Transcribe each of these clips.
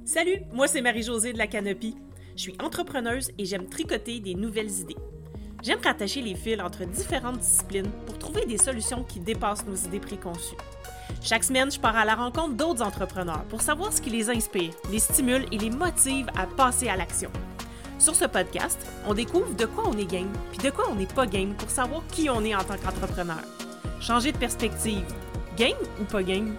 Salut, moi c'est Marie-Josée de la Canopie. Je suis entrepreneuse et j'aime tricoter des nouvelles idées. J'aime rattacher les fils entre différentes disciplines pour trouver des solutions qui dépassent nos idées préconçues. Chaque semaine, je pars à la rencontre d'autres entrepreneurs pour savoir ce qui les inspire, les stimule et les motive à passer à l'action. Sur ce podcast, on découvre de quoi on est game, puis de quoi on n'est pas game pour savoir qui on est en tant qu'entrepreneur. Changer de perspective, game ou pas game?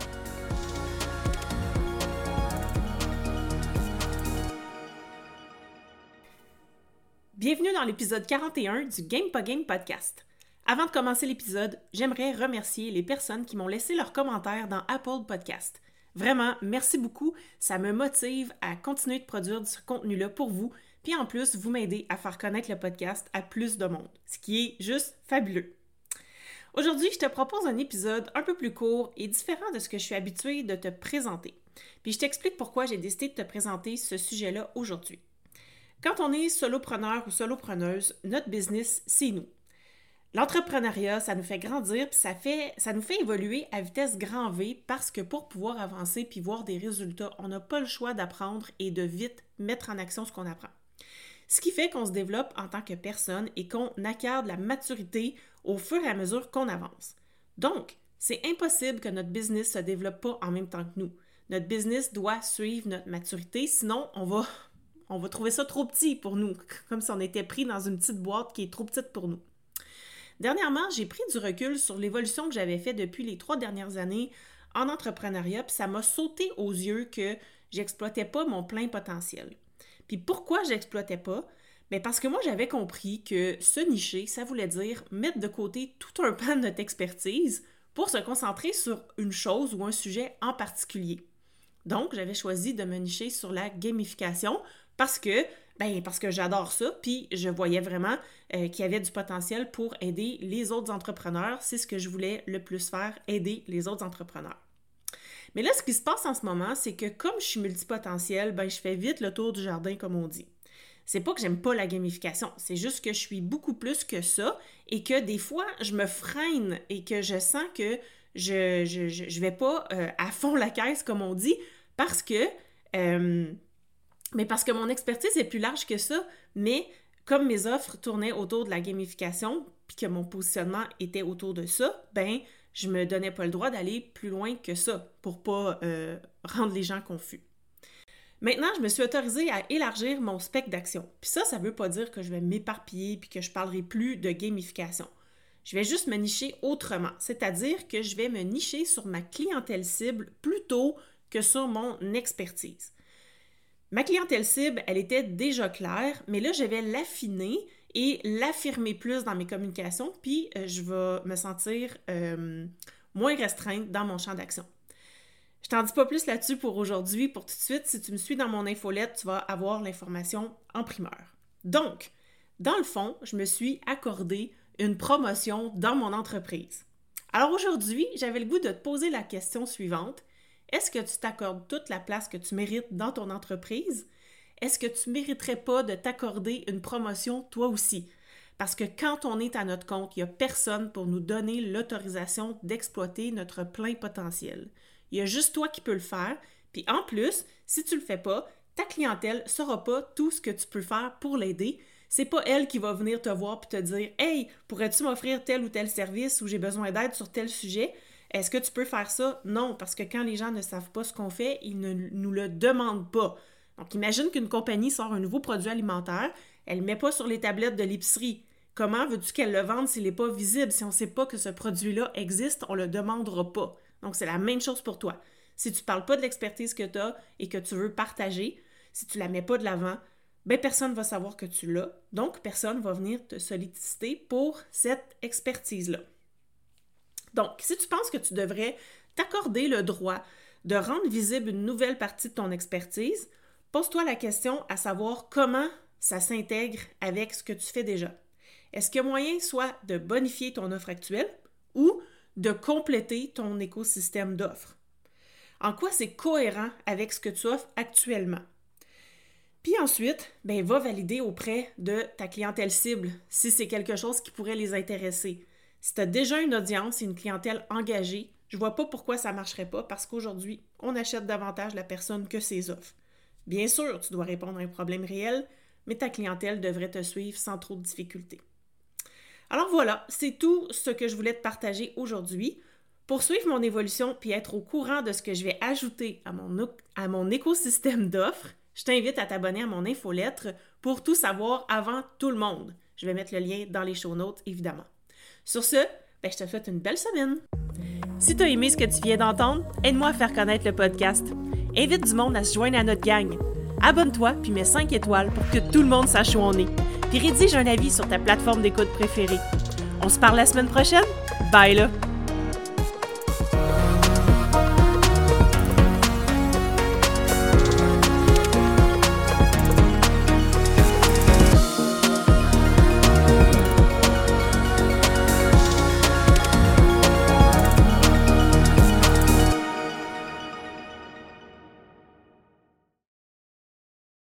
Bienvenue dans l'épisode 41 du Game Pas Game podcast. Avant de commencer l'épisode, j'aimerais remercier les personnes qui m'ont laissé leurs commentaires dans Apple Podcast. Vraiment, merci beaucoup, ça me motive à continuer de produire ce contenu-là pour vous, puis en plus, vous m'aidez à faire connaître le podcast à plus de monde, ce qui est juste fabuleux. Aujourd'hui, je te propose un épisode un peu plus court et différent de ce que je suis habituée de te présenter. Puis je t'explique pourquoi j'ai décidé de te présenter ce sujet-là aujourd'hui. Quand on est solopreneur ou solopreneuse, notre business, c'est nous. L'entrepreneuriat, ça nous fait grandir puis ça nous fait évoluer à vitesse grand V parce que pour pouvoir avancer puis voir des résultats, on n'a pas le choix d'apprendre et de vite mettre en action ce qu'on apprend. Ce qui fait qu'on se développe en tant que personne et qu'on acquiert de la maturité au fur et à mesure qu'on avance. Donc, c'est impossible que notre business ne se développe pas en même temps que nous. Notre business doit suivre notre maturité, sinon on va trouver ça trop petit pour nous, comme si on était pris dans une petite boîte qui est trop petite pour nous. Dernièrement, j'ai pris du recul sur l'évolution que j'avais faite depuis les 3 dernières années en entrepreneuriat, puis ça m'a sauté aux yeux que j'exploitais pas mon plein potentiel. Puis pourquoi j'exploitais pas? Bien parce que moi, j'avais compris que se nicher, ça voulait dire mettre de côté tout un pan de notre expertise pour se concentrer sur une chose ou un sujet en particulier. Donc, j'avais choisi de me nicher sur la gamification parce que j'adore ça, puis je voyais vraiment qu'il y avait du potentiel pour aider les autres entrepreneurs. C'est ce que je voulais le plus faire, aider les autres entrepreneurs. Mais là, ce qui se passe en ce moment, c'est que comme je suis multipotentielle, je fais vite le tour du jardin, comme on dit. C'est pas que j'aime pas la gamification, c'est juste que je suis beaucoup plus que ça et que des fois, je me freine et que je sens que je vais pas à fond la caisse, comme on dit, parce que mon expertise est plus large que ça, mais comme mes offres tournaient autour de la gamification, puis que mon positionnement était autour de ça, je me donnais pas le droit d'aller plus loin que ça pour pas rendre les gens confus. Maintenant, je me suis autorisée à élargir mon spectre d'action. Puis ça veut pas dire que je vais m'éparpiller puis que je parlerai plus de gamification. Je vais juste me nicher autrement, c'est-à-dire que je vais me nicher sur ma clientèle cible plutôt que sur mon expertise. Ma clientèle cible, elle était déjà claire, mais là, je vais l'affiner et l'affirmer plus dans mes communications, puis je vais me sentir moins restreinte dans mon champ d'action. Je t'en dis pas plus là-dessus pour aujourd'hui. Pour tout de suite, si tu me suis dans mon infolette, tu vas avoir l'information en primeur. Donc, dans le fond, je me suis accordé une promotion dans mon entreprise. Alors aujourd'hui, j'avais le goût de te poser la question suivante. Est-ce que tu t'accordes toute la place que tu mérites dans ton entreprise? Est-ce que tu ne mériterais pas de t'accorder une promotion toi aussi? Parce que quand on est à notre compte, il n'y a personne pour nous donner l'autorisation d'exploiter notre plein potentiel. Il y a juste toi qui peux le faire. Puis en plus, si tu ne le fais pas, ta clientèle ne saura pas tout ce que tu peux faire pour l'aider. C'est pas elle qui va venir te voir et te dire « Hey, pourrais-tu m'offrir tel ou tel service ou j'ai besoin d'aide sur tel sujet? Est-ce que tu peux faire ça? » Non, parce que quand les gens ne savent pas ce qu'on fait, ils ne nous le demandent pas. Donc imagine qu'une compagnie sort un nouveau produit alimentaire, elle ne le met pas sur les tablettes de l'épicerie. Comment veux-tu qu'elle le vende s'il n'est pas visible? Si on ne sait pas que ce produit-là existe, on ne le demandera pas. Donc, c'est la même chose pour toi. Si tu ne parles pas de l'expertise que tu as et que tu veux partager, si tu ne la mets pas de l'avant, personne ne va savoir que tu l'as. Donc, personne ne va venir te solliciter pour cette expertise-là. Donc, si tu penses que tu devrais t'accorder le droit de rendre visible une nouvelle partie de ton expertise, pose-toi la question à savoir comment ça s'intègre avec ce que tu fais déjà. Est-ce qu'il y a moyen soit de bonifier ton offre actuelle ou de compléter ton écosystème d'offres? En quoi c'est cohérent avec ce que tu offres actuellement? Puis ensuite, va valider auprès de ta clientèle cible si c'est quelque chose qui pourrait les intéresser. Si tu as déjà une audience et une clientèle engagée, je ne vois pas pourquoi ça ne marcherait pas parce qu'aujourd'hui, on achète davantage la personne que ses offres. Bien sûr, tu dois répondre à un problème réel, mais ta clientèle devrait te suivre sans trop de difficultés. Alors voilà, c'est tout ce que je voulais te partager aujourd'hui. Pour suivre mon évolution puis être au courant de ce que je vais ajouter à mon écosystème d'offres, je t'invite à t'abonner à mon infolettre pour tout savoir avant tout le monde. Je vais mettre le lien dans les show notes, évidemment. Sur ce, je te souhaite une belle semaine. Si tu as aimé ce que tu viens d'entendre, aide-moi à faire connaître le podcast. Invite du monde à se joindre à notre gang. Abonne-toi puis mets 5 étoiles pour que tout le monde sache où on est. Puis rédige un avis sur ta plateforme d'écoute préférée. On se parle la semaine prochaine? Bye là!